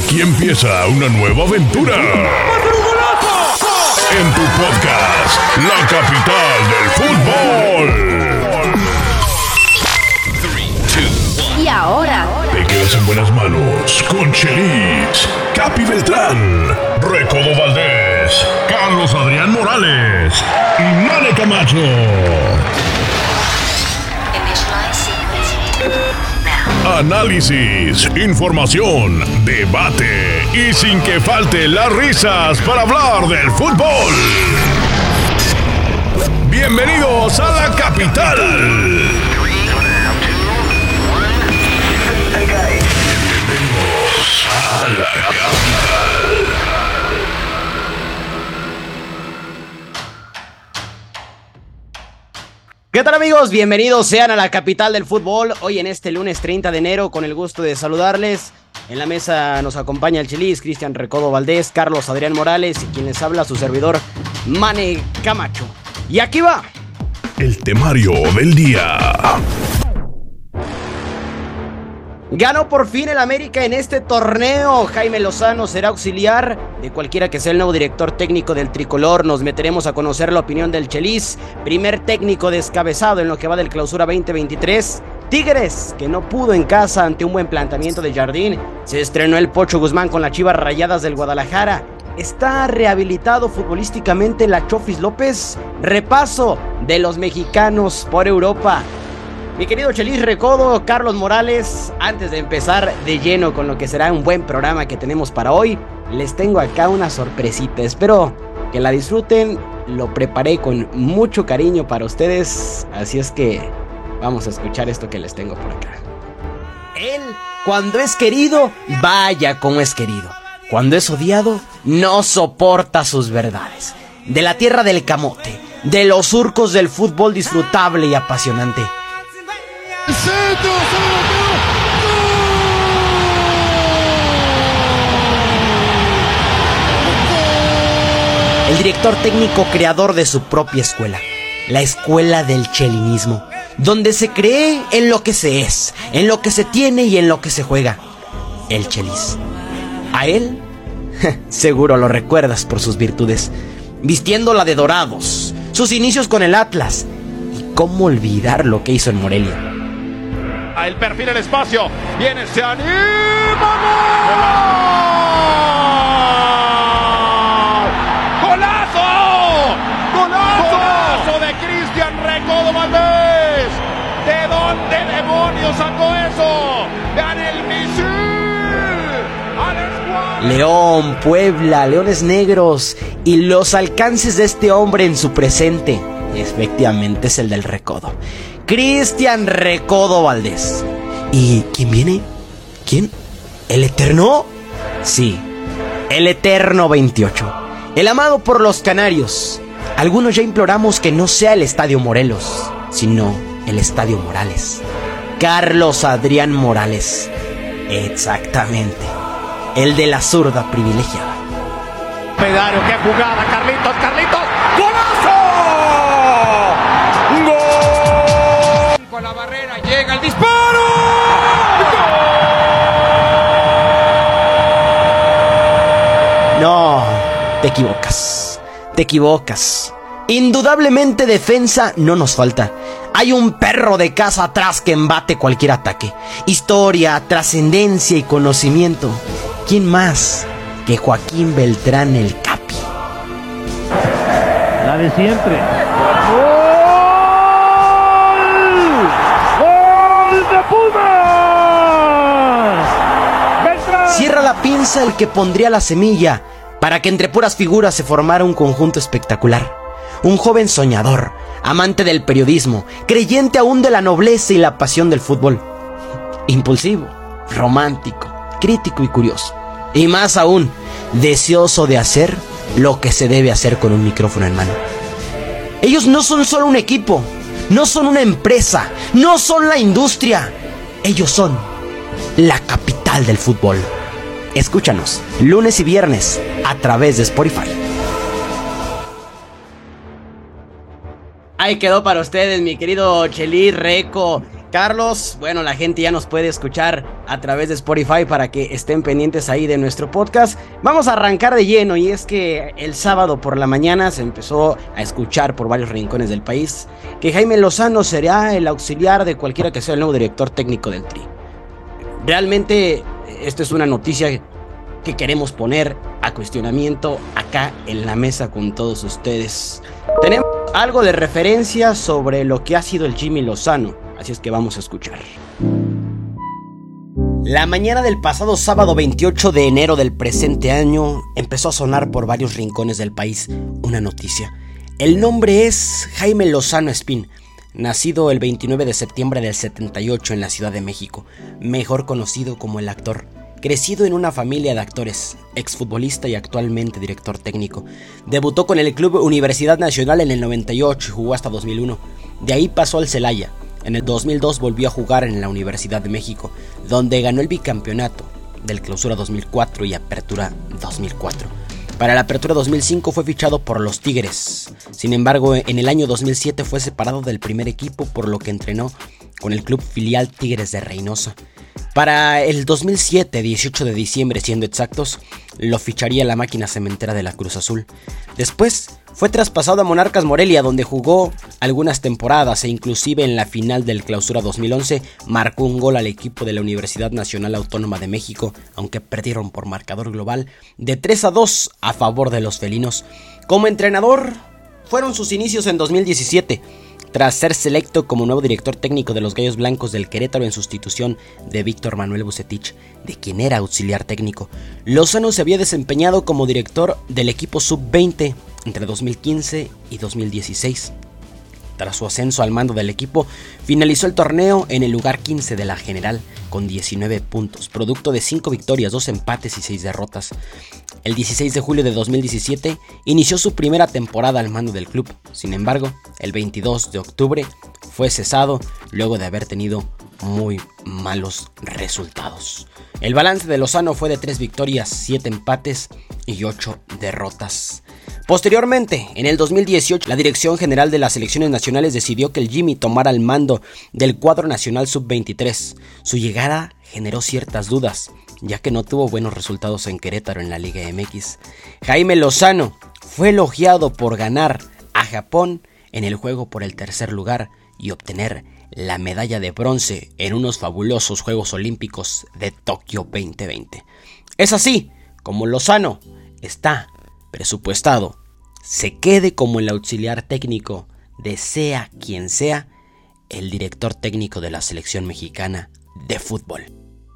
Aquí empieza una nueva aventura. En tu podcast, la capital del fútbol. 3, 2, 1. Y ahora Te quedas en buenas manos con Chelis, Capi Beltrán, Recodo Valdés, Carlos Adrián Morales y Mane Camacho. Análisis, información, debate y sin que falte las risas para hablar del fútbol. Bienvenidos a la capital. Bienvenidos a la capital. ¿Qué tal, amigos? Bienvenidos sean a la capital del fútbol. Hoy en este lunes 30 de enero, con el gusto de saludarles. En la mesa nos acompaña el Chelis, Cristian Recodo Valdés, Carlos Adrián Morales y quien les habla, su servidor, Mane Camacho. Y aquí va El temario del día. Ganó por fin el América en este torneo. Jaime Lozano será auxiliar de cualquiera que sea el nuevo director técnico del tricolor. Nos meteremos a conocer la opinión del Chelis, primer técnico descabezado en lo que va del Clausura 2023. Tigres, que no pudo en casa ante un buen planteamiento de Jardín. Se estrenó el Pocho Guzmán con las Chivas Rayadas del Guadalajara. ¿Está rehabilitado futbolísticamente la Chofis López? Repaso de los mexicanos por Europa. Mi querido Chelis Recodo, Carlos Morales, antes de empezar de lleno con lo que será un buen programa que tenemos para hoy, les tengo acá una sorpresita. Espero que la disfruten, lo preparé con mucho cariño para ustedes, así es que vamos a escuchar esto que les tengo por acá. Él, cuando es querido, vaya como es querido. Cuando es odiado, no soporta sus verdades. De la tierra del camote, de los surcos del fútbol disfrutable y apasionante. El director técnico creador de su propia escuela, la escuela del chelinismo, donde se cree en lo que se es, en lo que se tiene y en lo que se juega. El Chelis. A él, seguro lo recuerdas por sus virtudes, vistiéndola de dorados, sus inicios con el Atlas, y cómo olvidar lo que hizo en Morelia. El perfil, el espacio, viene, se anima, ¡golazo! ¡Golazo de Cristian Recodo Valdés! ¿De dónde demonios sacó eso? ¡Gana el misil! León, Puebla, Leones Negros y los alcances de este hombre en su presente, efectivamente es el del Recodo. Cristian Recodo Valdés. ¿Y quién viene? ¿Quién? ¿El Eterno? Sí, el Eterno 28. El amado por los canarios. Algunos ya imploramos que no sea el Estadio Morelos, sino el Estadio Morales. Carlos Adrián Morales. Exactamente. El de la zurda privilegiada. Pedario, qué jugada, Carlitos, ¡golazo! ¡Gol! Con la barrera, llega el disparo. No, te equivocas. Indudablemente defensa no nos falta. Hay un perro de casa atrás que embate cualquier ataque. Historia, trascendencia y conocimiento. ¿Quién más que Joaquín Beltrán el Capi? La de siempre. ¡Gol de Pumas! ¡Beltrán! Cierra la pinza el que pondría la semilla para que entre puras figuras se formara un conjunto espectacular. Un joven soñador, amante del periodismo, creyente aún de la nobleza y la pasión del fútbol. Impulsivo, romántico, crítico y curioso. Y más aún, deseoso de hacer lo que se debe hacer con un micrófono en mano. Ellos no son solo un equipo, no son una empresa, no son la industria. Ellos son la capital del fútbol. Escúchanos lunes y viernes a través de Spotify. Ahí quedó para ustedes, mi querido Chelis Reco. Carlos, bueno, la gente ya nos puede escuchar a través de Spotify para que estén pendientes ahí de nuestro podcast. Vamos a arrancar de lleno, y es que el sábado por la mañana se empezó a escuchar por varios rincones del país que Jaime Lozano será el auxiliar de cualquiera que sea el nuevo director técnico del Tri. Realmente esto es una noticia que queremos poner a cuestionamiento acá en la mesa con todos ustedes. Tenemos algo de referencia sobre lo que ha sido el Jimmy Lozano, así es que vamos a escuchar. La mañana del pasado sábado 28 de enero del presente año empezó a sonar por varios rincones del país una noticia. El nombre es Jaime Lozano Espín, nacido el 29 de septiembre del 78 en la Ciudad de México, mejor conocido como el actor. Crecido en una familia de actores, exfutbolista y actualmente director técnico. Debutó con el Club Universidad Nacional en el 98 y jugó hasta 2001. De ahí pasó al Celaya. En el 2002 volvió a jugar en la Universidad de México, donde ganó el bicampeonato del Clausura 2004 y Apertura 2004. Para la Apertura 2005 fue fichado por los Tigres. Sin embargo, en el año 2007 fue separado del primer equipo, por lo que entrenó con el club filial Tigres de Reynosa. Para el 2007, 18 de diciembre siendo exactos, lo ficharía la máquina cementera de la Cruz Azul. Después fue traspasado a Monarcas Morelia, donde jugó algunas temporadas e inclusive en la final del Clausura 2011 marcó un gol al equipo de la Universidad Nacional Autónoma de México, aunque perdieron por marcador global de 3-2 a favor de los felinos. Como entrenador, fueron sus inicios en 2017. Tras ser selecto como nuevo director técnico de los Gallos Blancos del Querétaro en sustitución de Víctor Manuel Bucetich, de quien era auxiliar técnico, Lozano se había desempeñado como director del equipo sub-20 entre 2015 y 2016. Tras su ascenso al mando del equipo, finalizó el torneo en el lugar 15 de la general con 19 puntos, producto de 5 victorias, 2 empates y 6 derrotas. El 16 de julio de 2017 inició su primera temporada al mando del club. Sin embargo, el 22 de octubre fue cesado luego de haber tenido muy malos resultados. El balance de Lozano fue de 3 victorias, 7 empates y 8 derrotas. Posteriormente, en el 2018, la Dirección General de las Selecciones Nacionales decidió que el Jimmy tomara el mando del cuadro nacional sub-23. Su llegada generó ciertas dudas, ya que no tuvo buenos resultados en Querétaro en la Liga MX. Jaime Lozano fue elogiado por ganar a Japón en el juego por el tercer lugar y obtener la medalla de bronce en unos fabulosos Juegos Olímpicos de Tokio 2020. Es así como Lozano está presupuestado, se quede como el auxiliar técnico de sea quien sea el director técnico de la selección mexicana de fútbol.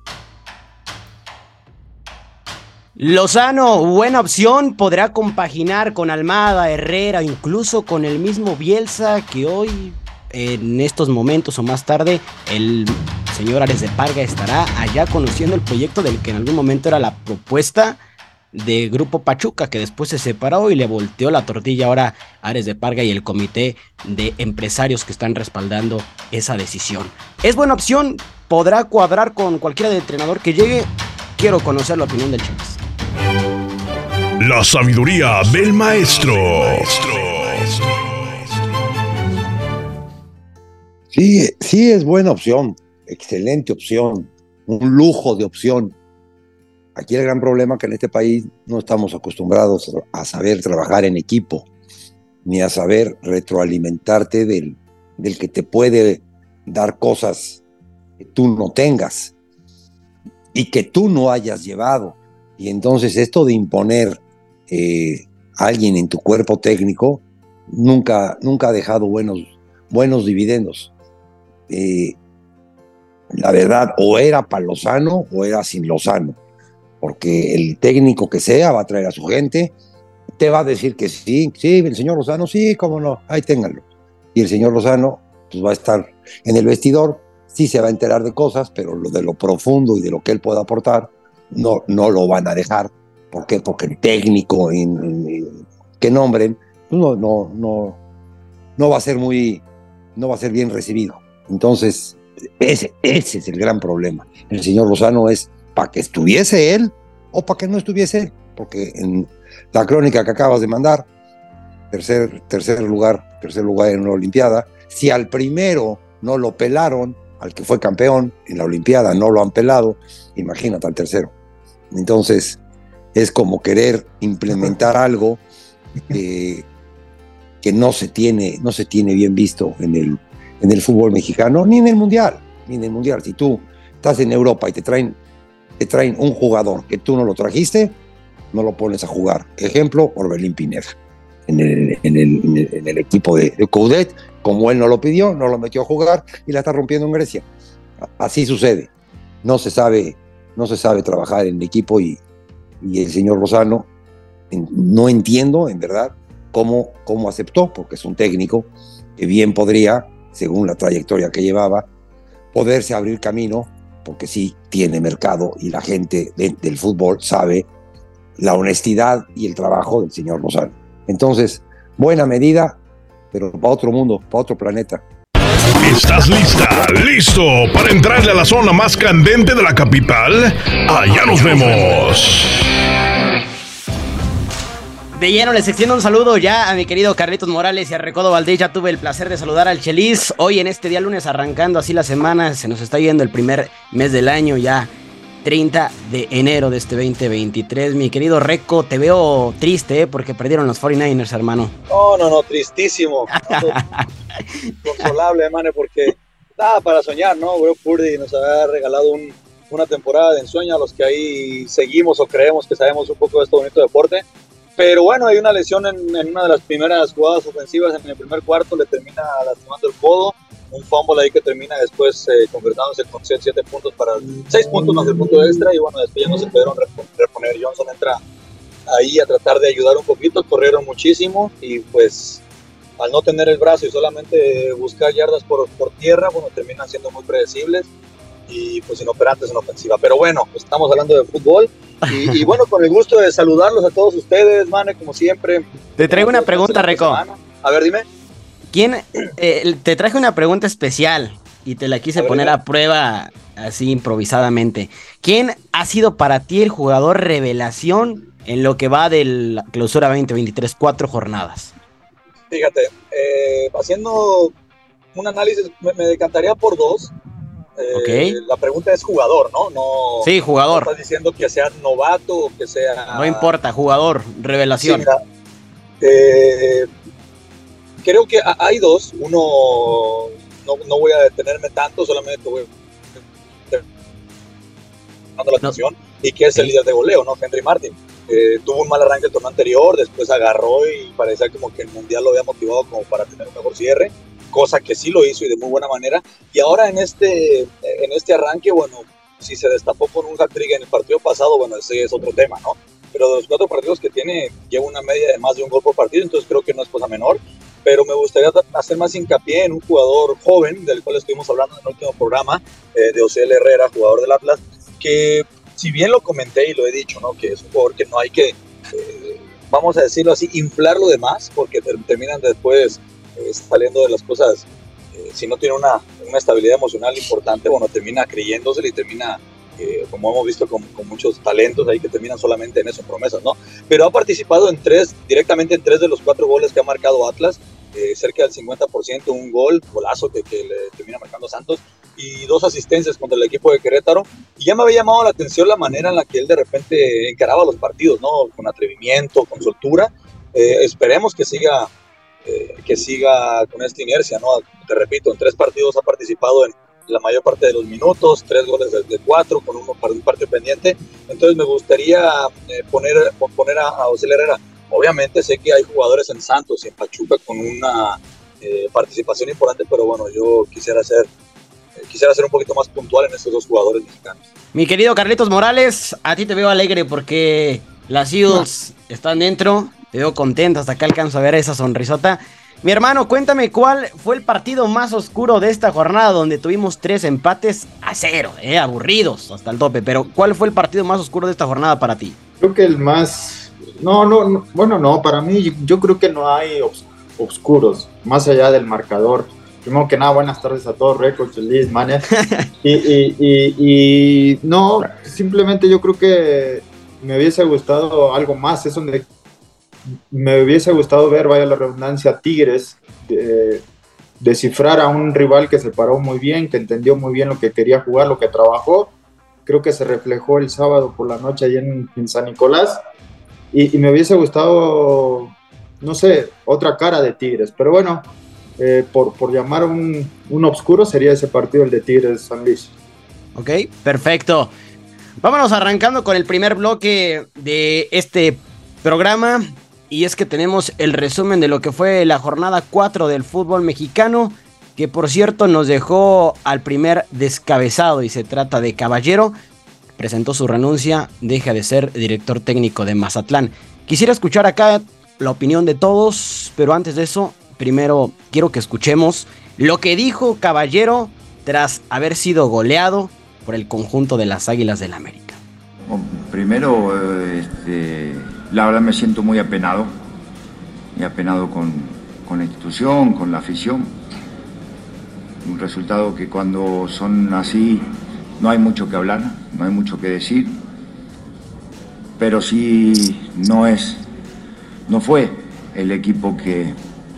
Lozano, buena opción, podrá compaginar con Almada, Herrera, incluso con el mismo Bielsa, que hoy, en estos momentos o más tarde, el señor Ares de Parga estará allá conociendo el proyecto del que en algún momento era la propuesta de Grupo Pachuca, que después se separó y le volteó la tortilla ahora Ares de Parga y el comité de empresarios que están respaldando esa decisión. Es buena opción, podrá cuadrar con cualquiera de entrenador que llegue. Quiero conocer la opinión del Chivas. La sabiduría del maestro. Sí es buena opción, excelente opción, un lujo de opción. Aquí el gran problema es que en este país no estamos acostumbrados a saber trabajar en equipo, ni a saber retroalimentarte del que te puede dar cosas que tú no tengas y que tú no hayas llevado. Y entonces esto de imponer a alguien en tu cuerpo técnico nunca ha dejado buenos dividendos. La verdad, o era para Lozano o era sin Lozano, porque el técnico que sea va a traer a su gente, te va a decir que sí, el señor Lozano, sí, cómo no, ahí ténganlo. Y el señor Lozano pues va a estar en el vestidor, sí se va a enterar de cosas, pero de lo profundo y de lo que él pueda aportar, no lo van a dejar. ¿Por qué? Porque el técnico que nombren no va a ser bien recibido. Entonces, ese es el gran problema. El señor Lozano es para que estuviese él o para que no estuviese él, porque en la crónica que acabas de mandar, tercer lugar en una Olimpiada, si al primero no lo pelaron al que fue campeón en la Olimpiada, no lo han pelado, imagínate al tercero. Entonces, es como querer implementar algo que no se tiene bien visto en el fútbol mexicano, ni en el Mundial. Si tú estás en Europa y te traen un jugador que tú no lo trajiste, no lo pones a jugar. Ejemplo, Orbelín Pineda. En el equipo de Coudet, como él no lo pidió, no lo metió a jugar y la está rompiendo en Grecia. Así sucede. No se sabe trabajar en equipo y el señor Lozano, no entiendo, en verdad, cómo aceptó, porque es un técnico que bien podría, según la trayectoria que llevaba, poderse abrir camino, porque sí tiene mercado y la gente del fútbol sabe la honestidad y el trabajo del señor Lozano. Entonces, buena medida, pero para otro mundo, para otro planeta. ¿Estás listo para entrarle a la zona más candente de la capital? Allá nos vemos. De lleno les extiendo un saludo ya a mi querido Carlitos Morales y a Recodo Valdés. Ya tuve el placer de saludar al Chelis. Hoy en este día lunes, arrancando así la semana, se nos está yendo el primer mes del año ya. 30 de enero de este 2023. Mi querido Reco, te veo triste, porque perdieron los 49ers, hermano. No, tristísimo. Consolable, mane, porque nada para soñar, ¿no? Brock Purdy nos ha regalado una temporada de ensueño a los que ahí seguimos o creemos que sabemos un poco de este bonito deporte. Pero bueno, hay una lesión en una de las primeras jugadas ofensivas en el primer cuarto, le termina lastimando el codo. Un fumble ahí que termina después convertiéndose con 7 puntos para 6 puntos más el punto extra, y bueno, después ya no se pudieron reponer. Johnson entra ahí a tratar de ayudar un poquito, corrieron muchísimo y pues al no tener el brazo y solamente buscar yardas por tierra, bueno, terminan siendo muy predecibles y pues inoperantes en ofensiva. Pero bueno, pues estamos hablando de fútbol y bueno, con el gusto de saludarlos a todos ustedes, mane, como siempre. Te traigo una pregunta, Reco. A ver, dime. Te traje una pregunta especial y te la quise poner a prueba así improvisadamente. ¿Quién ha sido para ti el jugador revelación en lo que va de la clausura 2023, 4 jornadas? Fíjate, haciendo un análisis me decantaría por 2. Okay. La pregunta es jugador, ¿no? Sí, jugador. No estás diciendo que sea novato o que sea... No importa, jugador, revelación. Sí, mira, creo que hay 2. Uno, no voy a detenerme tanto, solamente voy a la atención, y que es el líder de goleo, ¿no? Henry Martin. Tuvo un mal arranque el torneo anterior, después agarró y parecía como que el Mundial lo había motivado como para tener un mejor cierre, cosa que sí lo hizo y de muy buena manera. Y ahora en este arranque, bueno, si se destapó con un hat-trick en el partido pasado, bueno, ese es otro tema, ¿no? Pero de los 4 partidos que tiene, lleva una media de más de un gol por partido, entonces creo que no es cosa menor. Pero me gustaría hacer más hincapié en un jugador joven, del cual estuvimos hablando en el último programa, de Osiel Herrera, jugador del Atlas, que si bien lo comenté y lo he dicho, ¿no? Que es un jugador que no hay que, vamos a decirlo así, inflarlo de más, porque terminan después saliendo de las cosas, si no tiene una estabilidad emocional importante, bueno, termina creyéndosele y termina, como hemos visto con muchos talentos ahí que terminan solamente en eso, promesas, ¿no? Pero ha participado directamente en 3 de los 4 goles que ha marcado Atlas, cerca del 50%, un golazo que le termina marcando Santos, y 2 asistencias contra el equipo de Querétaro. Y ya me había llamado la atención la manera en la que él de repente encaraba los partidos, ¿no? Con atrevimiento, con soltura. Esperemos que siga con esta inercia, ¿no? Te repito, en 3 partidos ha participado en la mayor parte de los minutos, 3 goles de 4, con uno para un partido pendiente. Entonces me gustaría poner a Osiel Herrera. Obviamente sé que hay jugadores en Santos y en Pachuca con una participación importante, pero bueno, yo quisiera ser un poquito más puntual en estos 2 jugadores mexicanos. Mi querido Carlitos Morales, a ti te veo alegre porque las Eagles están dentro, te veo contento, hasta acá alcanzo a ver esa sonrisota. Mi hermano, cuéntame cuál fue el partido más oscuro de esta jornada, donde tuvimos 3 empates a 0, aburridos hasta el tope, pero ¿cuál fue el partido más oscuro de esta jornada para ti? Creo que el más... No, para mí yo creo que no hay oscuros, más allá del marcador. Primero que nada, buenas tardes a todos, Reco, Chelis, Mane. y no, simplemente yo creo que me hubiese gustado algo más, es donde me hubiese gustado ver, vaya la redundancia, Tigres descifrar a un rival que se paró muy bien, que entendió muy bien lo que quería jugar, lo que trabajó. Creo que se reflejó el sábado por la noche allá en San Nicolás, y me hubiese gustado, no sé, otra cara de Tigres, pero bueno, por llamar un obscuro sería ese partido, el de Tigres San Luis. Ok, perfecto. Vámonos arrancando con el primer bloque de este programa, y es que tenemos el resumen de lo que fue la jornada 4 del fútbol mexicano, que por cierto nos dejó al primer descabezado, y se trata de Caballero. Presentó su renuncia, deja de ser director técnico de Mazatlán. Quisiera escuchar acá la opinión de todos, pero antes de eso, primero quiero que escuchemos lo que dijo Caballero tras haber sido goleado por el conjunto de las Águilas del América. Primero, la verdad me siento muy apenado con la institución, con la afición. Un resultado que cuando son así no hay mucho que hablar, no hay mucho que decir, pero sí no fue el equipo que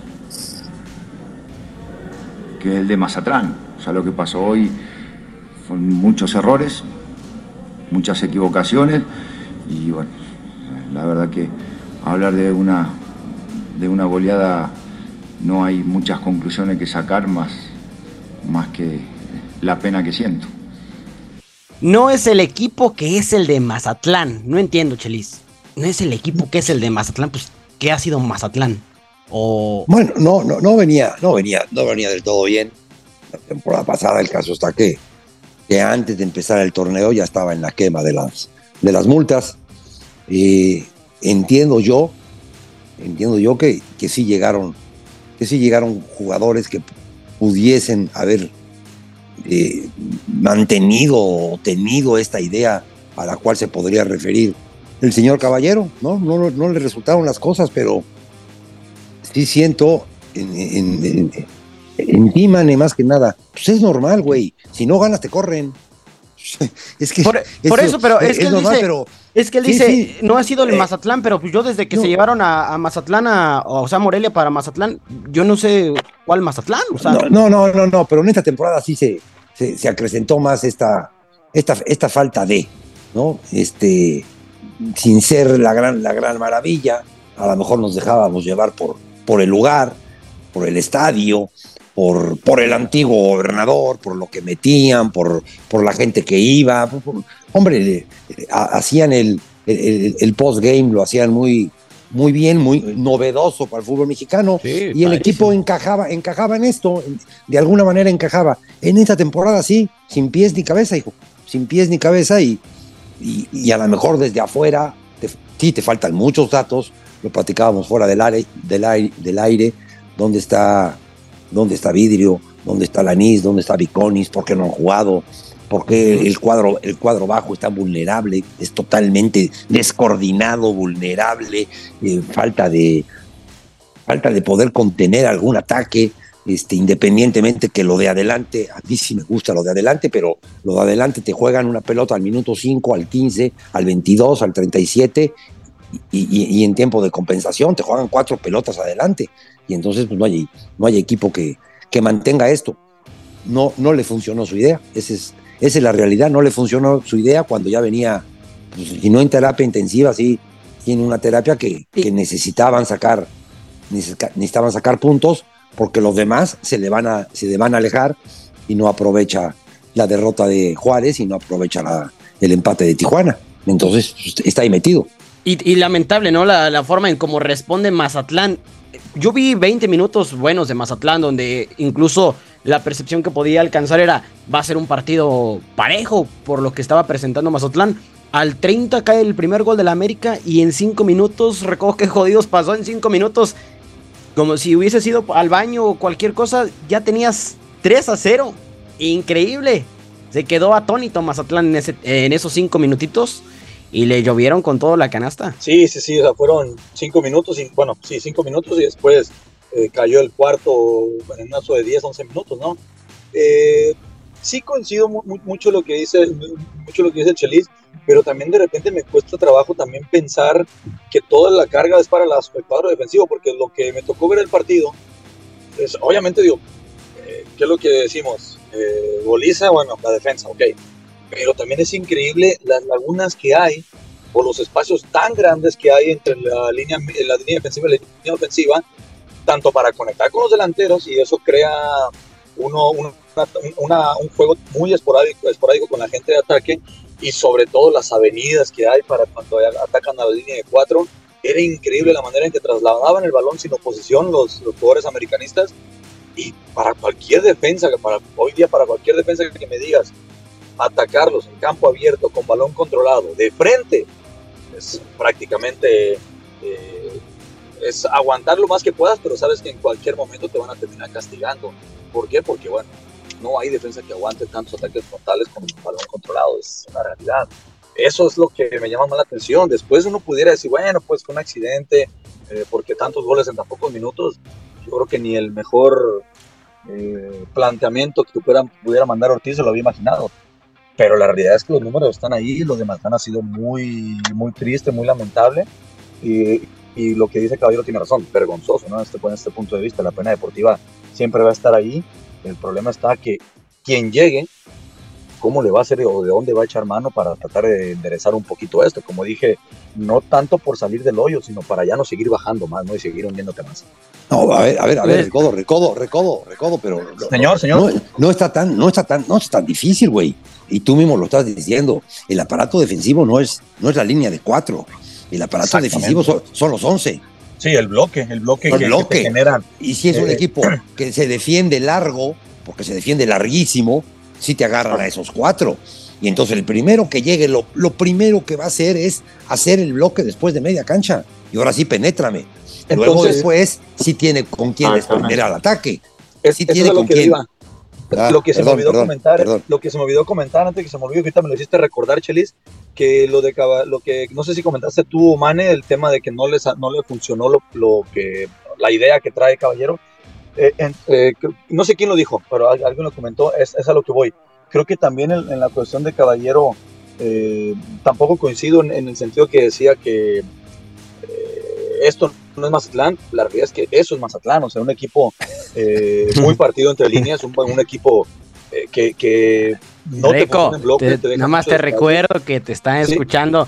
el de Mazatlán. O sea, lo que pasó hoy fueron muchos errores, muchas equivocaciones, y bueno, la verdad que hablar de una goleada no hay muchas conclusiones que sacar más que la pena que siento. No es el equipo que es el de Mazatlán. No entiendo, Chelis. No es el equipo que es el de Mazatlán. Pues, ¿qué ha sido Mazatlán? Bueno, no venía del todo bien la temporada pasada. El caso está que antes de empezar el torneo ya estaba en la quema de las multas. Entiendo yo que sí llegaron jugadores que pudiesen haber mantenido o tenido esta idea a la cual se podría referir el señor Caballero. No le resultaron las cosas, pero sí siento en Timane más que nada, pues es normal, güey, si no ganas te corren. Es que por eso, pero es que él normal, dice, pero es que él dice, no ha sido el Mazatlán, pero pues yo desde que se llevaron a Mazatlán, o sea, Morelia para Mazatlán, yo no sé cuál Mazatlán, o sea. No, pero en esta temporada sí se acrecentó más esta falta de, ¿no? Sin ser la gran maravilla, a lo mejor nos dejábamos llevar por el lugar, por el estadio, por el antiguo gobernador, por lo que metían, por la gente que iba. Hombre, hacían el post-game, lo hacían muy bien, muy novedoso para el fútbol mexicano, sí, y el equipo encajaba en esto, de alguna manera encajaba. En esta temporada sí, sin pies ni cabeza, hijo, sin pies ni cabeza, y a lo mejor desde afuera te faltan muchos datos. Lo platicábamos fuera del aire, dónde está Vidrio, dónde está Lanís, dónde está Viconis, por qué no han jugado, por qué el cuadro bajo está vulnerable, es totalmente descoordinado, vulnerable, falta de poder contener algún ataque, independientemente que lo de adelante, a mí sí me gusta lo de adelante, pero lo de adelante te juegan una pelota al minuto 5, al 15, al 22, al 37, y en tiempo de compensación te juegan 4 pelotas adelante, y entonces pues, no hay equipo que mantenga esto. No le funcionó su idea, esa es la realidad. No le funcionó su idea cuando ya venía, pues, y no en terapia intensiva, sí en una terapia que necesitaban sacar puntos, porque los demás se van a alejar, y no aprovecha la derrota de Juárez y no aprovecha el empate de Tijuana. Entonces pues, está ahí metido. Y lamentable, ¿no? La forma en cómo responde Mazatlán. Yo vi 20 minutos buenos de Mazatlán, donde incluso la percepción que podía alcanzar era, va a ser un partido parejo por lo que estaba presentando Mazatlán. Al 30 cae el primer gol de la América, y en 5 minutos, recojo que jodidos pasó en 5 minutos, como si hubiese ido al baño o cualquier cosa, ya tenías 3-0. Increíble. Se quedó atónito Mazatlán en esos 5 minutitos. Y le llovieron con toda la canasta. Sí, o sea, fueron 5 minutos, 5 minutos, y después cayó el cuarto en un lapso de 10, 11 minutos, ¿no? Sí coincido mucho lo que dice el Chelis, pero también de repente me cuesta trabajo también pensar que toda la carga es para el cuadro defensivo, porque lo que me tocó ver el partido, obviamente digo, ¿qué es lo que decimos? Goliza, bueno, la defensa, ok. Pero también es increíble las lagunas que hay o los espacios tan grandes que hay entre la línea defensiva y la línea ofensiva, tanto para conectar con los delanteros, y eso crea un juego muy esporádico con la gente de ataque, y sobre todo las avenidas que hay para cuando atacan a la línea de 4. Era increíble la manera en que trasladaban el balón sin oposición los jugadores americanistas. Y para cualquier defensa, hoy día para cualquier defensa que me digas, atacarlos en campo abierto con balón controlado de frente es prácticamente es aguantar lo más que puedas, pero sabes que en cualquier momento te van a terminar castigando. ¿Por qué? Porque bueno, no hay defensa que aguante tantos ataques frontales con balón controlado, es una realidad. Eso es lo que me llama más la atención. Después uno pudiera decir, bueno, pues fue un accidente, porque tantos goles en tan pocos minutos. Yo creo que ni el mejor planteamiento que pudiera mandar Ortiz se lo había imaginado. Pero la realidad es que los números están ahí, los demás han sido muy, muy triste, muy lamentable. Y lo que dice Caballero tiene razón, vergonzoso, ¿no? Desde este punto de vista, la pena deportiva siempre va a estar ahí. El problema está que quien llegue, cómo le va a hacer o de dónde va a echar mano para tratar de enderezar un poquito esto. Como dije, no tanto por salir del hoyo, sino para ya no seguir bajando más, ¿no? Y seguir hundiéndote más. No, a ver, recodo, pero señor. No está tan difícil, güey. Y tú mismo lo estás diciendo. El aparato defensivo no es la línea de 4. El aparato defensivo son los 11. Sí, el bloque que te generan. Y si es un equipo que se defiende largo, porque se defiende larguísimo, sí te agarran a esos 4. Y entonces el primero que llegue, lo primero que va a hacer es hacer el bloque después de media cancha. Y ahora sí, penétrame. Luego entonces, después sí tiene con quién responder al ataque. Sí tiene con quién. Lo que se me olvidó comentar antes que se me olvidó, que ahorita me lo hiciste recordar, Chelis, que lo que no sé si comentaste tú, Mane, el tema de que no le funcionó la idea que trae Caballero. No sé quién lo dijo, pero alguien lo comentó, es a lo que voy. Creo que también en la cuestión de Caballero tampoco coincido en el sentido que decía que esto no es Mazatlán. La realidad es que eso es Mazatlán, o sea, un equipo muy partido entre líneas, un equipo que no Reco, te pone en bloque. Nada más te recuerdo que te están escuchando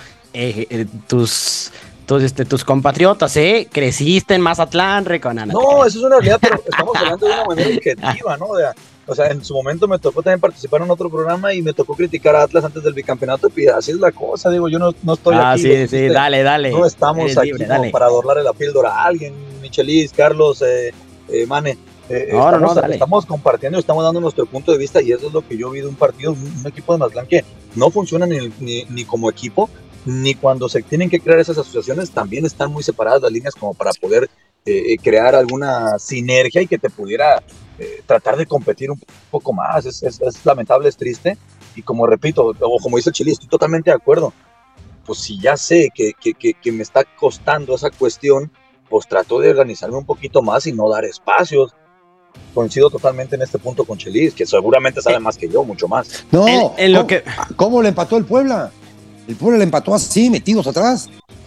tus compatriotas, creciste en Mazatlán, Reco. No, eso es una realidad, pero estamos hablando de una manera objetiva, ¿no? O sea, en su momento me tocó también participar en otro programa y me tocó criticar a Atlas antes del bicampeonato, y así es la cosa, digo, yo no estoy aquí. Sí, dale. No estamos aquí como para adornarle la píldora a alguien, Michelis, Carlos, Mane. Estamos compartiendo y estamos dando nuestro punto de vista, y eso es lo que yo vi de un partido, un equipo de Mazatlán que no funciona ni como equipo, ni cuando se tienen que crear esas asociaciones, también están muy separadas las líneas como para poder crear alguna sinergia y que te pudiera tratar de competir un poco más. Es lamentable, es triste, y como repito, o como dice el Chile, estoy totalmente de acuerdo. Pues si ya sé que me está costando esa cuestión, pues trato de organizarme un poquito más y no dar espacios. Coincido totalmente en este punto con Chelis, que seguramente sabe más que yo, mucho más. No, ¿cómo le empató el Puebla? El Puebla le empató así, metidos atrás.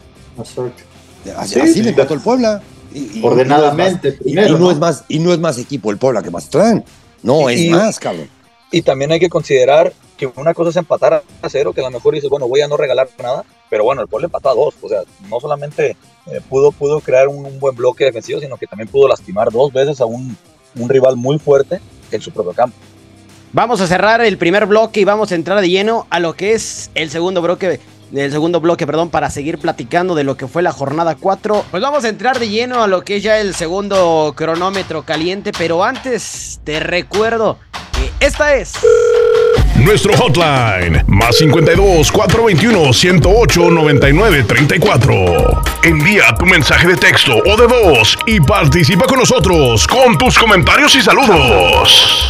Así le empató el Puebla. Ordenadamente, y no es más equipo el Puebla que Mazatlán. No, es más, cabrón. Y también hay que considerar que una cosa es empatar a 0, que a lo mejor dices, bueno, voy a no regalar nada, pero bueno, el Puebla empató a 2. O sea, no solamente pudo crear un buen bloque defensivo, sino que también pudo lastimar 2 veces a un rival muy fuerte en su propio campo. Vamos a cerrar el primer bloque y vamos a entrar de lleno a lo que es el segundo bloque, para seguir platicando de lo que fue la jornada 4. Pues vamos a entrar de lleno a lo que es ya el segundo cronómetro caliente, pero antes te recuerdo que esta es nuestro hotline, más 52 421 108 99 34. Envía tu mensaje de texto o de voz y participa con nosotros con tus comentarios y saludos.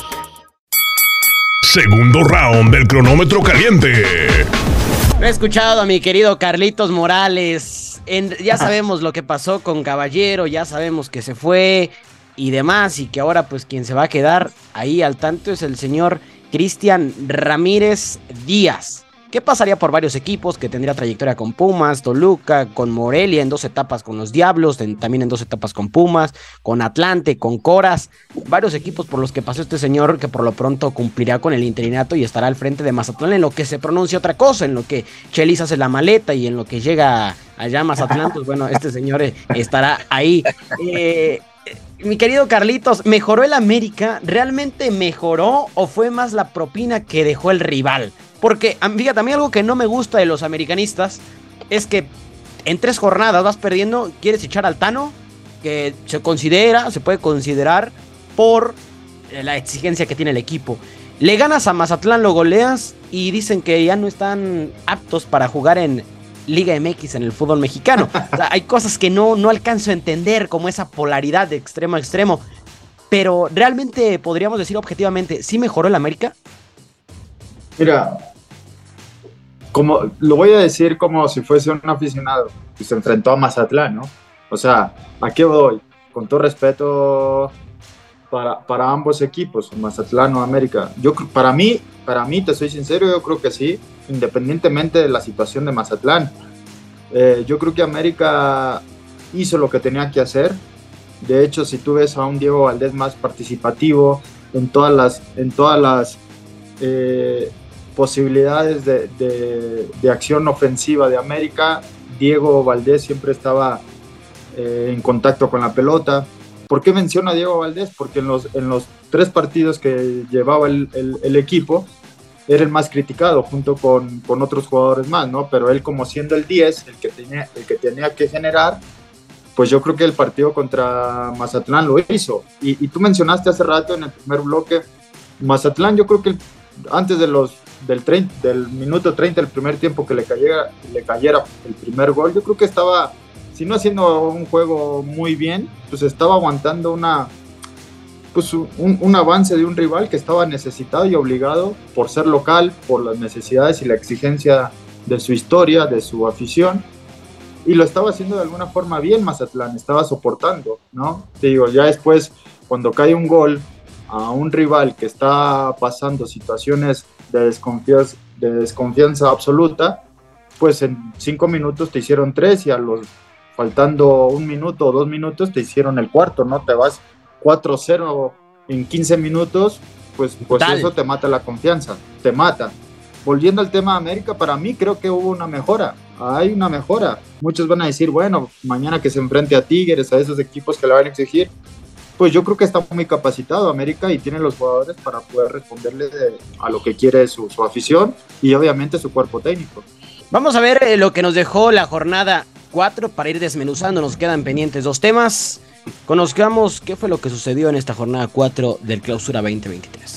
Segundo round del cronómetro caliente. He escuchado a mi querido Carlitos Morales. Ya sabemos lo que pasó con Caballero, ya sabemos que se fue y demás, y que ahora pues quien se va a quedar ahí al tanto es el señor Cristian Ramírez Díaz, que pasaría por varios equipos, que tendría trayectoria con Pumas, Toluca, con Morelia, en 2 etapas con los Diablos, también en 2 etapas con Pumas, con Atlante, con Coras, varios equipos por los que pasó este señor, que por lo pronto cumplirá con el interinato y estará al frente de Mazatlán, en lo que se pronuncia otra cosa, en lo que Chelis hace la maleta y en lo que llega allá a Mazatlán, pues bueno, este señor estará ahí. Mi querido Carlitos, ¿mejoró el América? ¿Realmente mejoró o fue más la propina que dejó el rival? Porque, fíjate, a mí algo que no me gusta de los americanistas es que en 3 jornadas vas perdiendo, quieres echar al Tano, que se puede considerar por la exigencia que tiene el equipo. Le ganas a Mazatlán, lo goleas y dicen que ya no están aptos para jugar en Liga MX, en el fútbol mexicano. O sea, hay cosas que no alcanzo a entender, como esa polaridad de extremo a extremo. Pero realmente podríamos decir objetivamente, ¿sí mejoró el América? Mira, como lo voy a decir como si fuese un aficionado que se enfrentó a Mazatlán, ¿no? O sea, ¿a qué voy? Con todo respeto para ambos equipos, Mazatlán o América. Para mí, te soy sincero, yo creo que sí, independientemente de la situación de Mazatlán. Yo creo que América hizo lo que tenía que hacer. De hecho, si tú ves a un Diego Valdés más participativo en todas las posibilidades de acción ofensiva de América, Diego Valdés siempre estaba en contacto con la pelota. ¿Por qué menciono a Diego Valdés? Porque en los 3 partidos que llevaba el equipo, era el más criticado junto con otros jugadores más, ¿no? Pero él, como siendo el 10, el que tenía que generar, pues yo creo que el partido contra Mazatlán lo hizo. Y tú mencionaste hace rato en el primer bloque, Mazatlán, yo creo que antes del minuto 30 del primer tiempo que le cayera el primer gol, yo creo que estaba, si no haciendo un juego muy bien, pues estaba aguantando un avance de un rival que estaba necesitado y obligado por ser local, por las necesidades y la exigencia de su historia, de su afición, y lo estaba haciendo de alguna forma bien. Mazatlán estaba soportando, ¿no? Te digo, ya después, cuando cae un gol a un rival que está pasando situaciones de desconfianza absoluta, pues en 5 minutos te hicieron 3 y faltando 1 minuto o 2 minutos te hicieron el cuarto, ¿no? Te vas 4-0 en 15 minutos, pues eso te mata la confianza, te mata. Volviendo al tema de América, para mí creo que hubo una mejora, hay una mejora. Muchos van a decir, bueno, mañana que se enfrente a Tigres, a esos equipos que le van a exigir, pues yo creo que está muy capacitado América y tiene los jugadores para poder responderle a lo que quiere su afición y obviamente su cuerpo técnico. Vamos a ver lo que nos dejó la jornada 4 para ir desmenuzando. Nos quedan pendientes 2 temas. Conozcamos qué fue lo que sucedió en esta jornada 4 del Clausura 2023.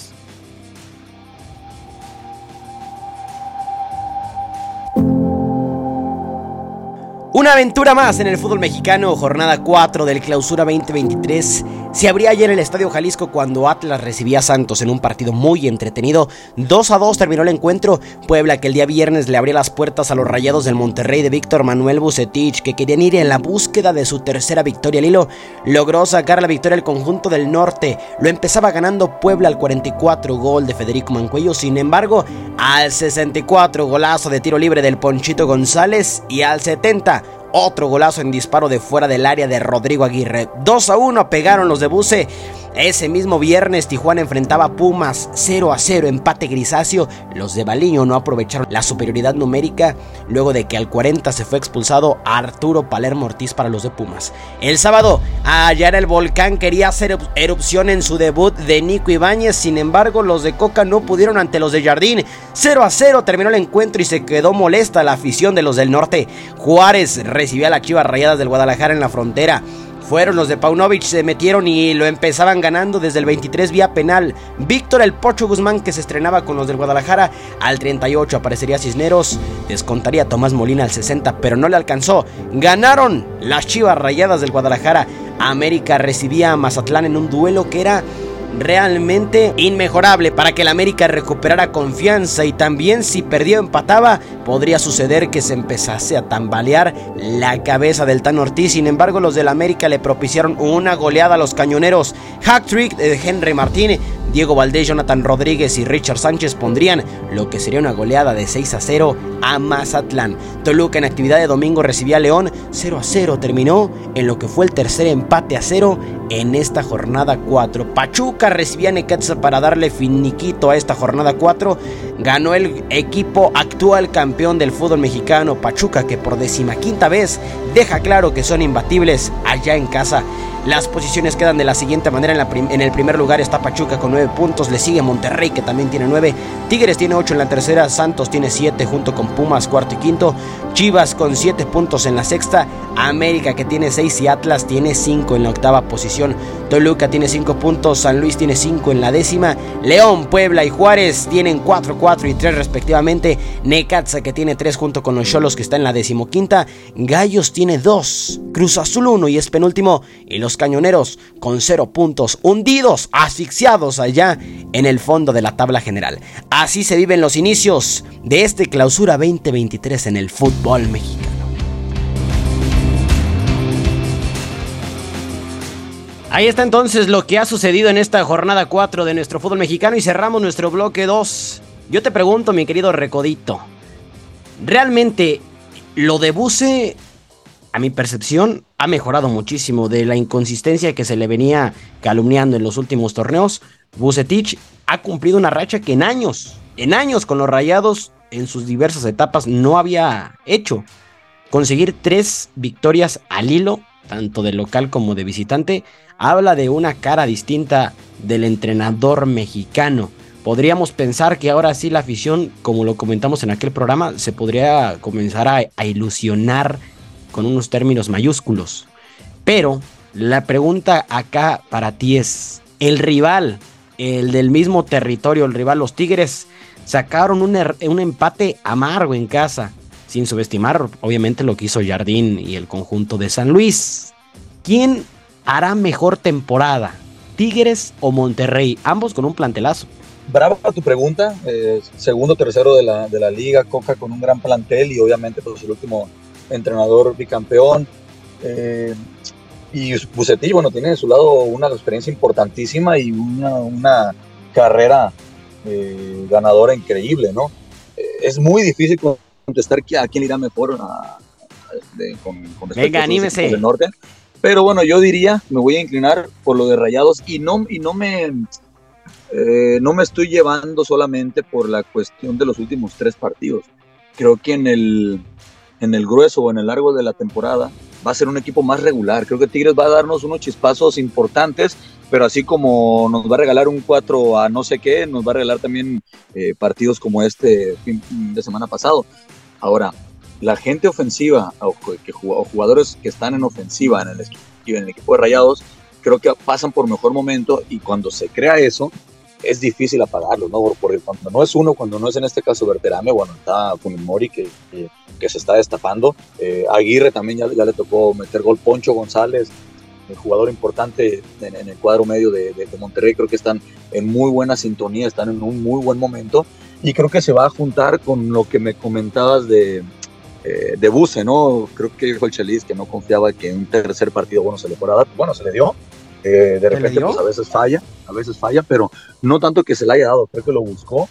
Una aventura más en el fútbol mexicano, jornada 4 del Clausura 2023. Se abría ayer el Estadio Jalisco cuando Atlas recibía a Santos en un partido muy entretenido. 2-2 terminó el encuentro. Puebla, que el día viernes le abría las puertas a los Rayados del Monterrey de Víctor Manuel Vucetich, que querían ir en la búsqueda de su tercera victoria al hilo, logró sacar la victoria al conjunto del norte. Lo empezaba ganando Puebla al 44, gol de Federico Mancuello. Sin embargo, al 64, golazo de tiro libre del Ponchito González, y al 70, otro golazo en disparo de fuera del área de Rodrigo Aguirre. 2-1 pegaron los de Buce. Ese mismo viernes Tijuana enfrentaba a Pumas, 0-0, empate grisáceo. Los de Baliño no aprovecharon la superioridad numérica luego de que al 40 se fue expulsado a Arturo Palermo Ortiz para los de Pumas. El sábado, allá en el Volcán quería hacer erupción en su debut de Nico Ibáñez. Sin embargo, los de Coca no pudieron ante los de Jardín. 0-0 terminó el encuentro y se quedó molesta la afición de los del norte. Juárez recibió a las Chivas Rayadas del Guadalajara en la frontera. Fueron los de Paunovic, se metieron y lo empezaban ganando desde el 23 vía penal. Víctor El Pocho Guzmán, que se estrenaba con los del Guadalajara, al 38 aparecería Cisneros. Descontaría Tomás Molina al 60, pero no le alcanzó. Ganaron las Chivas Rayadas del Guadalajara. América recibía a Mazatlán en un duelo que era realmente inmejorable para que el América recuperara confianza, y también si perdía o empataba podría suceder que se empezase a tambalear la cabeza del Tan Ortiz. Sin embargo, los del América le propiciaron una goleada a los cañoneros. Hat-trick de Henry Martín, Diego Valdés, Jonathan Rodríguez y Richard Sánchez pondrían lo que sería una goleada de 6-0 a Mazatlán. Toluca en actividad de domingo recibía a León. 0-0 terminó en lo que fue el tercer empate a 0 en esta jornada 4. Pachuca recibía a Necaxa para darle finiquito a esta jornada 4. Ganó el equipo actual campeón del fútbol mexicano, Pachuca, que por 15ª vez deja claro que son imbatibles allá en casa. Las posiciones quedan de la siguiente manera. En el primer lugar está Pachuca con 9 puntos. Le sigue Monterrey, que también tiene 9. Tigres tiene 8 en la tercera. Santos tiene 7 junto con Pumas, cuarto y quinto. Chivas con 7 puntos en la sexta. América, que tiene 6, y Atlas tiene 5 en la octava posición. Toluca tiene 5 puntos. San Luis tiene 5 en la décima. León, Puebla y Juárez tienen 4, 4 y 3 respectivamente. Necaxa, que tiene 3 junto con los Xolos, que está en la decimoquinta. Gallos tiene 2. Cruz Azul 1 y es penúltimo. Y los Cañoneros con 0 puntos, hundidos, asfixiados allá en el fondo de la tabla general. Así se viven los inicios de este Clausura 2023 en el fútbol mexicano. Ahí está entonces lo que ha sucedido en esta jornada 4 de nuestro fútbol mexicano, y cerramos nuestro bloque 2. Yo te pregunto, mi querido Recodito, ¿realmente lo de Buse, a mi percepción, ha mejorado muchísimo de la inconsistencia que se le venía calumniando en los últimos torneos? Vucetich ha cumplido una racha que en años con los Rayados en sus diversas etapas no había hecho. Conseguir 3 victorias al hilo, tanto de local como de visitante, habla de una cara distinta del entrenador mexicano. Podríamos pensar que ahora sí la afición, como lo comentamos en aquel programa, se podría comenzar a ilusionar con unos términos mayúsculos. Pero la pregunta acá para ti es: el rival, el del mismo territorio, el rival, los Tigres, sacaron un empate amargo en casa, sin subestimar obviamente lo que hizo Jardín y el conjunto de San Luis. ¿Quién hará mejor temporada, Tigres o Monterrey? Ambos con un plantelazo. Brava tu pregunta. Segundo, tercero de la liga, Coca con un gran plantel y obviamente pues el último entrenador bicampeón, y Vucetich, bueno, tiene de su lado una experiencia importantísima y una carrera ganadora increíble, ¿no? Es muy difícil contestar a quién irá mejor con respecto Venga, a los anímese equipos del norte, pero bueno, yo diría, me voy a inclinar por lo de Rayados, y no me estoy llevando solamente por la cuestión de los últimos 3 partidos. Creo que en el grueso o en el largo de la temporada va a ser un equipo más regular. Creo que Tigres va a darnos unos chispazos importantes, pero así como nos va a regalar un 4 a no sé qué, nos va a regalar también partidos como este fin de semana pasado. Ahora, la gente ofensiva o jugadores que están en ofensiva en el equipo de Rayados, creo que pasan por mejor momento, y cuando se crea eso, es difícil apagarlo, ¿no? Porque cuando no es uno, cuando no es en este caso Berterame, bueno, está Funemori que se está destapando. Aguirre también ya le tocó meter gol. Poncho González, el jugador importante en el cuadro medio de Monterrey, creo que están en muy buena sintonía, están en un muy buen momento, y creo que se va a juntar con lo que me comentabas de Buse, ¿no? Creo que dijo el Chelis que no confiaba que un tercer partido bueno se le fuera a dar. Bueno, se le dio. De repente pues a veces falla, pero no tanto que se le haya dado, creo que lo buscó,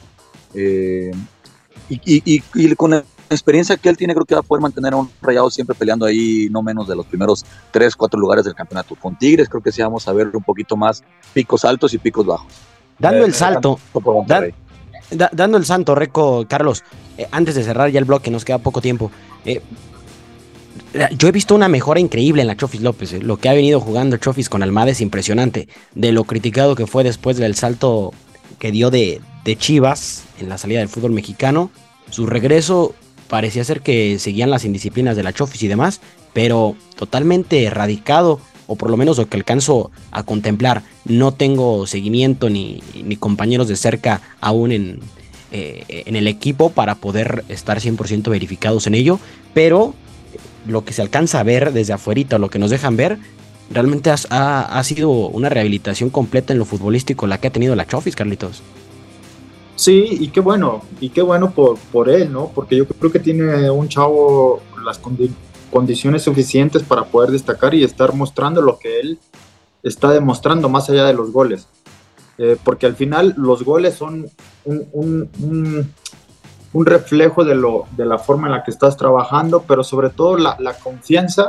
y con la experiencia que él tiene, creo que va a poder mantener a un Rayado siempre peleando ahí no menos de los primeros 3-4 lugares del campeonato. Con Tigres creo que sí vamos a ver un poquito más picos altos y picos bajos. Dando el salto, dando el salto, Reco, Carlos, antes de cerrar ya el bloque, nos queda poco tiempo. Yo he visto una mejora increíble en la Chofis López. Lo que ha venido jugando Chofis con Almada es impresionante. De lo criticado que fue después del salto que dio de Chivas en la salida del fútbol mexicano, su regreso parecía ser que seguían las indisciplinas de la Chofis y demás, pero totalmente erradicado, o por lo menos lo que alcanzo a contemplar. No tengo seguimiento ni compañeros de cerca aún en el equipo para poder estar 100% verificados en ello, pero lo que se alcanza a ver desde afuerita, lo que nos dejan ver, realmente ha sido una rehabilitación completa en lo futbolístico la que ha tenido la Chofis, Carlitos. Sí, y qué bueno por él, ¿no? Porque yo creo que tiene un chavo las condiciones suficientes para poder destacar y estar mostrando lo que él está demostrando más allá de los goles. Porque al final los goles son un reflejo de la forma en la que estás trabajando, pero sobre todo la confianza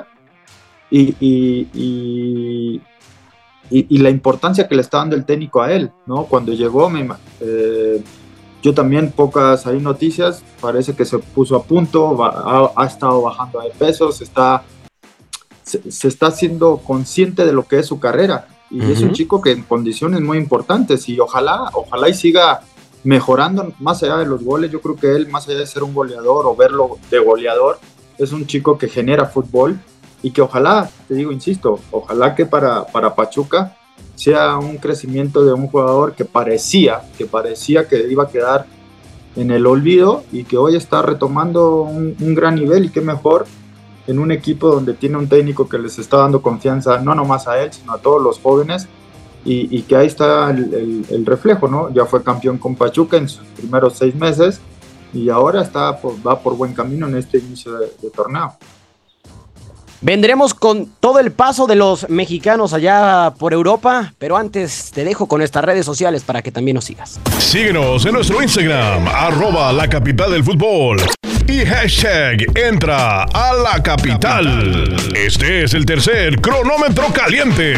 y la importancia que le está dando el técnico a él, ¿no? Cuando llegó, yo también pocas hay noticias, parece que se puso a punto, ha estado bajando de peso, se está siendo consciente de lo que es su carrera, y es un chico que en condiciones muy importantes, y ojalá y siga mejorando más allá de los goles. Yo creo que él, más allá de ser un goleador o verlo de goleador, es un chico que genera fútbol, y que ojalá, te digo, insisto, ojalá que para Pachuca sea un crecimiento de un jugador que parecía que iba a quedar en el olvido, y que hoy está retomando un gran nivel, y qué mejor en un equipo donde tiene un técnico que les está dando confianza, no nomás a él, sino a todos los jóvenes, y que ahí está el reflejo, ¿no? Ya fue campeón con Pachuca en sus primeros 6 meses, y ahora va por buen camino en este inicio de torneo. Vendremos con todo el paso de los mexicanos allá por Europa, pero antes te dejo con nuestras redes sociales para que también nos sigas. Síguenos en nuestro Instagram, @lacapitaldelfutbol. Y hashtag entra a la capital. Este es el tercer cronómetro caliente.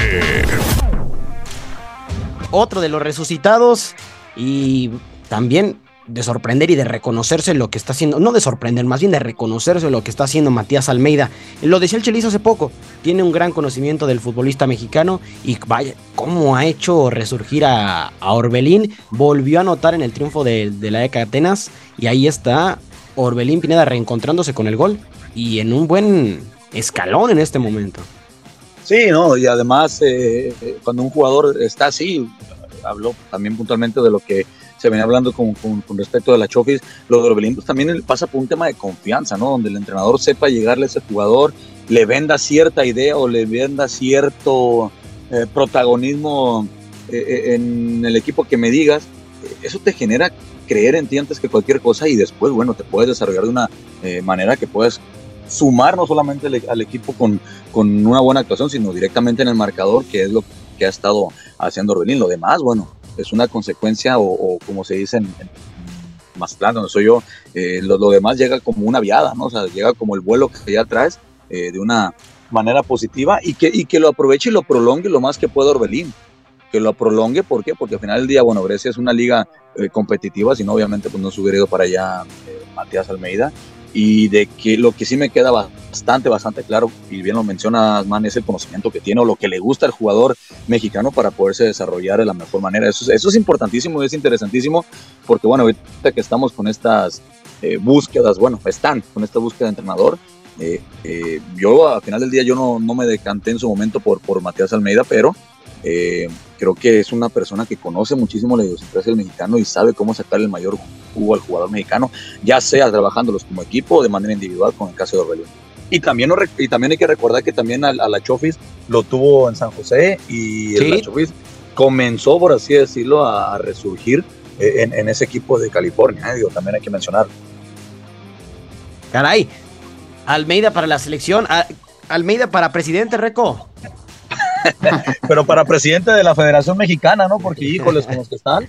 Otro de los resucitados, y también de sorprender y de reconocerse lo que está haciendo, no de sorprender, más bien de reconocerse lo que está haciendo Matías Almeida. Lo decía el Chelis hace poco, tiene un gran conocimiento del futbolista mexicano, y vaya, cómo ha hecho resurgir a Orbelín. Volvió a anotar en el triunfo de la ECA Atenas, y ahí está Orbelín Pineda reencontrándose con el gol, y en un buen escalón en este momento. Sí, no, y además cuando un jugador está así, habló también puntualmente de lo que se venía hablando con respecto de la Chofis, lo de Orbelín, pues también pasa por un tema de confianza, ¿no? Donde el entrenador sepa llegarle a ese jugador, le venda cierta idea o le venda cierto protagonismo en el equipo que me digas. Eso te genera creer en ti antes que cualquier cosa, y después, bueno, te puedes desarrollar de una manera que puedes sumar no solamente al equipo con una buena actuación, sino directamente en el marcador, que es lo que ha estado haciendo Orbelín. Lo demás, bueno, es una consecuencia, o como se dice en Mazatlán, donde soy yo, lo demás llega como una viada, ¿no? O sea, llega como el vuelo que ya traes de una manera positiva, y que lo aproveche y lo prolongue lo más que pueda Orbelín. Que lo prolongue, ¿por qué? Porque al final del día, bueno, Grecia es una liga competitiva, si no, obviamente, pues no se hubiera ido para allá Matías Almeida. Y de que lo que sí me queda bastante claro, y bien lo mencionas, man, es el conocimiento que tiene, o lo que le gusta al jugador mexicano para poderse desarrollar de la mejor manera. Eso es importantísimo y es interesantísimo, porque bueno, ahorita que estamos con estas búsquedas, están con esta búsqueda de entrenador, yo al final del día yo no me decanté en su momento por Matías Almeida, pero creo que es una persona que conoce muchísimo la idiosincrasia del mexicano y sabe cómo sacar el mayor jugo al jugador mexicano, ya sea trabajándolos como equipo o de manera individual, con el caso de Orbelín. Y también hay que recordar que también a la Chofis lo tuvo en San José, y ¿sí? La Chofis comenzó, por así decirlo, a resurgir en ese equipo de California, también hay que mencionarlo. Caray, Almeida para la selección, Almeida para presidente, Reco. Pero para presidente de la Federación Mexicana, ¿no? Porque híjoles, con los que están.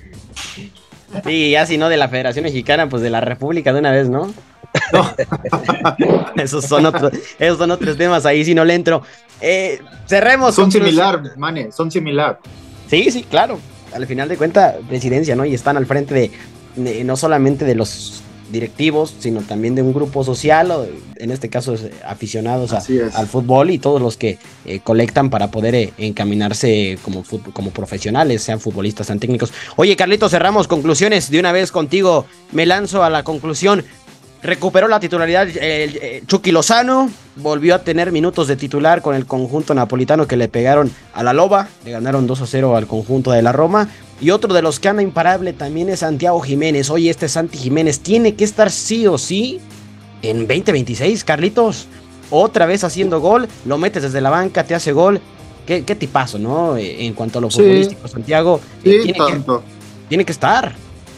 Sí, ya si no de la Federación Mexicana, pues de la República de una vez, ¿no? No. Esos son otros temas, ahí sí no le entro. Cerremos. Son similar, Mane, son similar. Sí, claro. Al final de cuentas, presidencia, ¿no? Y están al frente de no solamente de los directivos, sino también de un grupo social, o en este caso aficionados al fútbol, y todos los que colectan para poder encaminarse como profesionales, sean futbolistas, sean técnicos. Oye, Carlitos, cerramos conclusiones de una vez contigo. Me lanzo a la conclusión. Recuperó la titularidad Chucky Lozano, volvió a tener minutos de titular con el conjunto napolitano, que le pegaron a la Loba, le ganaron 2-0 al conjunto de la Roma. Y otro de los que anda imparable también es Santiago Jiménez. Oye, Santi Jiménez tiene que estar sí o sí en 2026, Carlitos. Otra vez haciendo gol, lo metes desde la banca, te hace gol. qué tipazo, ¿no? En cuanto a lo Sí. futbolístico, Santiago, Sí, tanto. tiene que estar.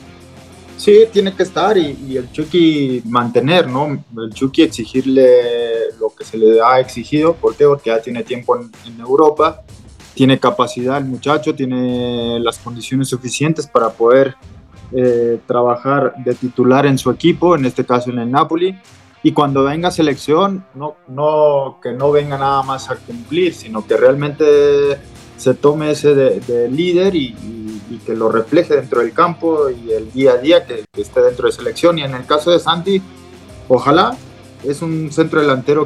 Sí, tiene que estar y el Chucky mantener, ¿no? El Chucky exigirle lo que se le ha exigido. ¿Por qué? Porque ya tiene tiempo en Europa, tiene capacidad el muchacho, tiene las condiciones suficientes para poder trabajar de titular en su equipo, en este caso en el Napoli. Y cuando venga a selección, que no venga nada más a cumplir, sino que realmente se tome ese de líder y que lo refleje dentro del campo y el día a día que esté dentro de selección. Y en el caso de Santi, ojalá, es un centro delantero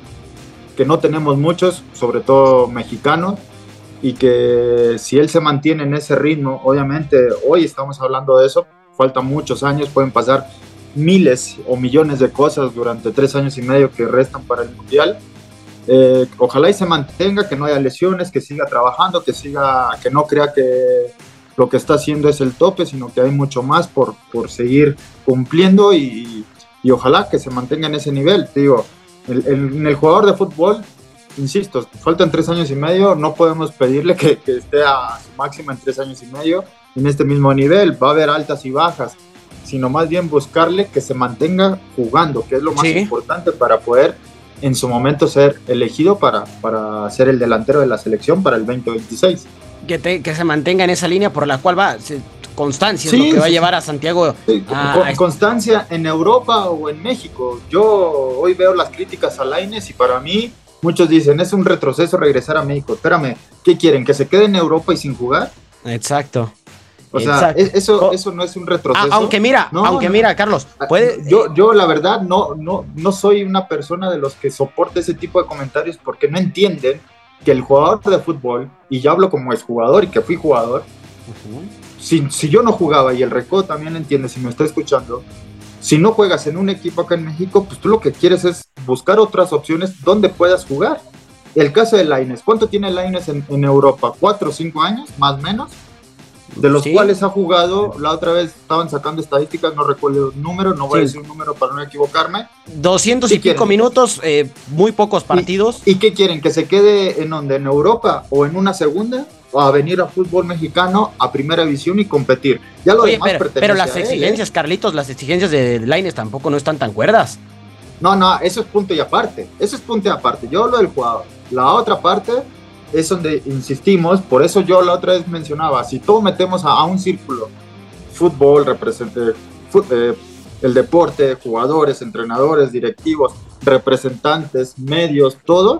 que no tenemos muchos, sobre todo mexicanos, y que si él se mantiene en ese ritmo, obviamente hoy estamos hablando de eso, faltan muchos años, pueden pasar miles o millones de cosas durante 3 años y medio que restan para el Mundial. Ojalá y se mantenga, que no haya lesiones, que siga trabajando, que no crea que lo que está haciendo es el tope, sino que hay mucho más por seguir cumpliendo y ojalá que se mantenga en ese nivel. Te digo, en el jugador de fútbol, insisto, faltan 3 años y medio, no podemos pedirle que esté a su máxima en 3 años y medio en este mismo nivel, va a haber altas y bajas, sino más bien buscarle que se mantenga jugando, que es lo más importante para poder en su momento ser elegido para ser el delantero de la selección para el 2026. Que se mantenga en esa línea por la cual va, constancia es lo que va a llevar a Santiago. Constancia en Europa o en México. Yo hoy veo las críticas a Lainez y para mí muchos dicen, es un retroceso regresar a México. Espérame, ¿qué quieren? ¿Que se quede en Europa y sin jugar? Exacto. O sea, eso no es un retroceso. Aunque mira, Carlos, puede... Yo la verdad no soy una persona de los que soporte ese tipo de comentarios porque no entienden que el jugador de fútbol, y yo hablo como exjugador y que fui jugador, si yo no jugaba, y el Recodo también entiende, si me está escuchando, si no juegas en un equipo acá en México, pues tú lo que quieres es buscar otras opciones donde puedas jugar. El caso de Lainez, ¿cuánto tiene Lainez en Europa? 4 o 5 años, más o menos, de los cuales ha jugado, la otra vez estaban sacando estadísticas, no recuerdo el número, no voy a decir un número para no equivocarme. 200 y pico minutos, muy pocos partidos. ¿Y qué quieren? ¿Que se quede en donde? ¿En Europa o en una segunda? ¿O a venir a fútbol mexicano a primera división y competir? Ya lo demás pertenece pero las a él, exigencias, Carlitos, las exigencias de Lainez tampoco no están tan cuerdas. No, eso es punto y aparte. Yo hablo del jugador. La otra parte es donde insistimos, por eso yo la otra vez mencionaba, si todos metemos a un círculo, fútbol, el deporte, jugadores, entrenadores, directivos, representantes, medios, todo,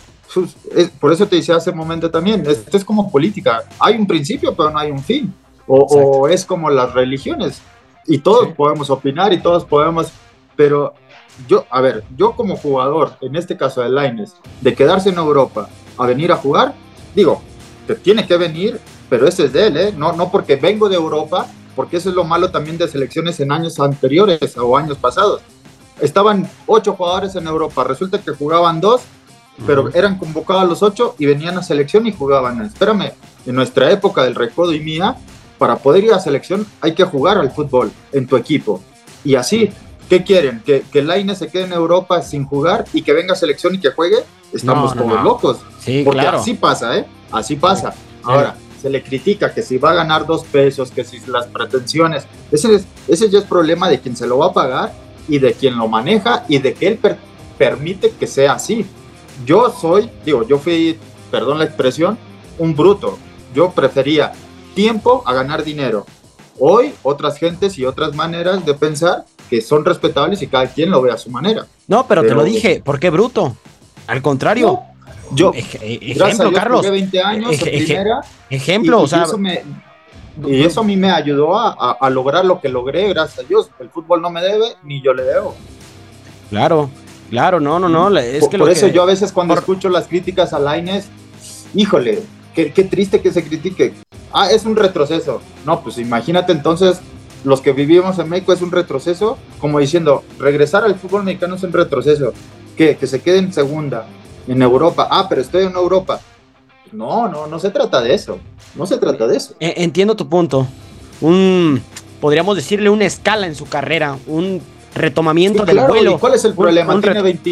por eso te decía hace un momento también, esto es como política, hay un principio pero no hay un fin, o es como las religiones, y todos podemos opinar y todos podemos, pero yo como jugador, en este caso de Lainez, de quedarse en Europa, a venir a jugar, digo, que tiene que venir, pero ese es de él, no porque vengo de Europa, porque eso es lo malo también de selecciones en años anteriores o años pasados. Estaban 8 jugadores en Europa, resulta que jugaban 2, pero eran convocados los 8 y venían a selección y jugaban. Espérame, en nuestra época del Recodo y mía, para poder ir a selección hay que jugar al fútbol en tu equipo. Y así, ¿qué quieren? ¿Que Lainez se quede en Europa sin jugar y que venga a selección y que juegue? Estamos todos locos. Sí, porque claro. así pasa, Así pasa. Ahora, se le critica que si va a ganar 2 pesos, que si las pretensiones, ese ya es problema de quien se lo va a pagar y de quien lo maneja y de que él permite que sea así. Yo fui, perdón la expresión, un bruto. Yo prefería tiempo a ganar dinero. Hoy, otras gentes y otras maneras de pensar que son respetables y cada quien lo ve a su manera. No, pero te lo dije, ¿por qué bruto? Al contrario. Yo, ejemplo, Carlos. Jugué 20 años en primera. Ejemplo, o sea. Y eso a mí me ayudó a lograr lo que logré, gracias a Dios. El fútbol no me debe, ni yo le debo. Claro, no. Es que por eso yo a veces cuando escucho las críticas a Lainez, híjole, qué triste que se critique. Es un retroceso. No, pues imagínate entonces, los que vivimos en México es un retroceso, como diciendo, regresar al fútbol mexicano es un retroceso. Que se quede en segunda, en Europa. Pero estoy en Europa. No se trata de eso. No se trata de eso. Entiendo tu punto. Podríamos decirle una escala en su carrera, un retomamiento del vuelo. ¿Y cuál es el problema? Tiene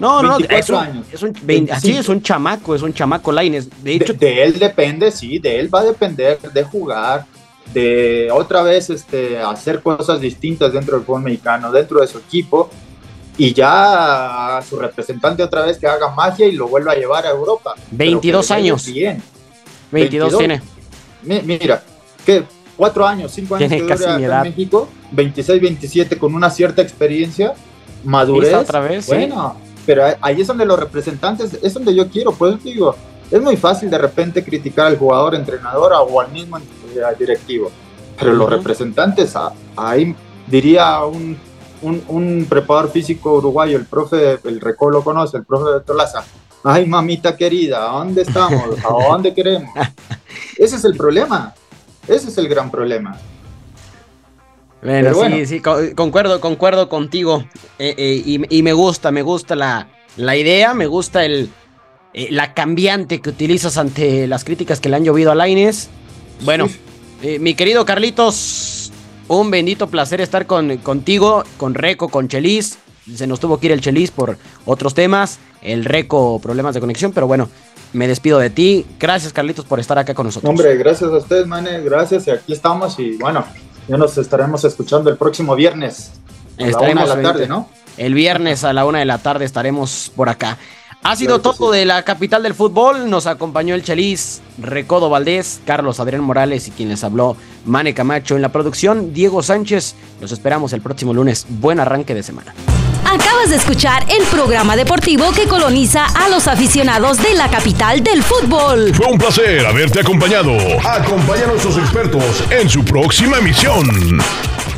No, 24 años. Así es un chamaco Lainez. De hecho, de él depende, sí, de él va a depender de jugar, de otra vez hacer cosas distintas dentro del fútbol mexicano, dentro de su equipo, y ya a su representante otra vez que haga magia y lo vuelva a llevar a Europa. 22 años. Bien. 22 tiene. Mira, ¿qué? 4 años, 5 años Tiene que casi dura mi acá edad. en México, 26, 27, con una cierta experiencia, madurez. ¿Esta otra vez? Bueno, pero ahí es donde los representantes, es donde yo quiero, pues digo, es muy fácil de repente criticar al jugador, entrenador o al mismo directivo, pero los representantes, ahí diría un preparador físico uruguayo, el profe, el Reco lo conoce, el profe de Tolaza, ay mamita querida, ¿a dónde estamos? ¿A dónde queremos? Ese es el problema. Ese es el gran problema. Bueno, sí, concuerdo contigo. Y me gusta la idea, me gusta la cambiante que utilizas ante las críticas que le han llovido a Lainez. Bueno, mi querido Carlitos, un bendito placer estar contigo, con Reco, con Chelis. Se nos tuvo que ir el Chelis por otros temas, el Reco problemas de conexión, pero bueno, me despido de ti. Gracias, Carlitos, por estar acá con nosotros. Hombre, gracias a ustedes, Mane, gracias, y aquí estamos, y bueno, ya nos estaremos escuchando el próximo viernes a la 1 de la tarde, ¿no? El viernes a la 1 de la tarde estaremos por acá. Ha sido todo de la capital del fútbol. Nos acompañó el Chelis, Recodo Valdés, Carlos Adrián Morales y quien les habló, Mane Camacho en la producción, Diego Sánchez. Los esperamos el próximo lunes. Buen arranque de semana. Acabas de escuchar el programa deportivo que coloniza a los aficionados de la capital del fútbol. Fue un placer haberte acompañado. Acompaña a nuestros expertos en su próxima emisión.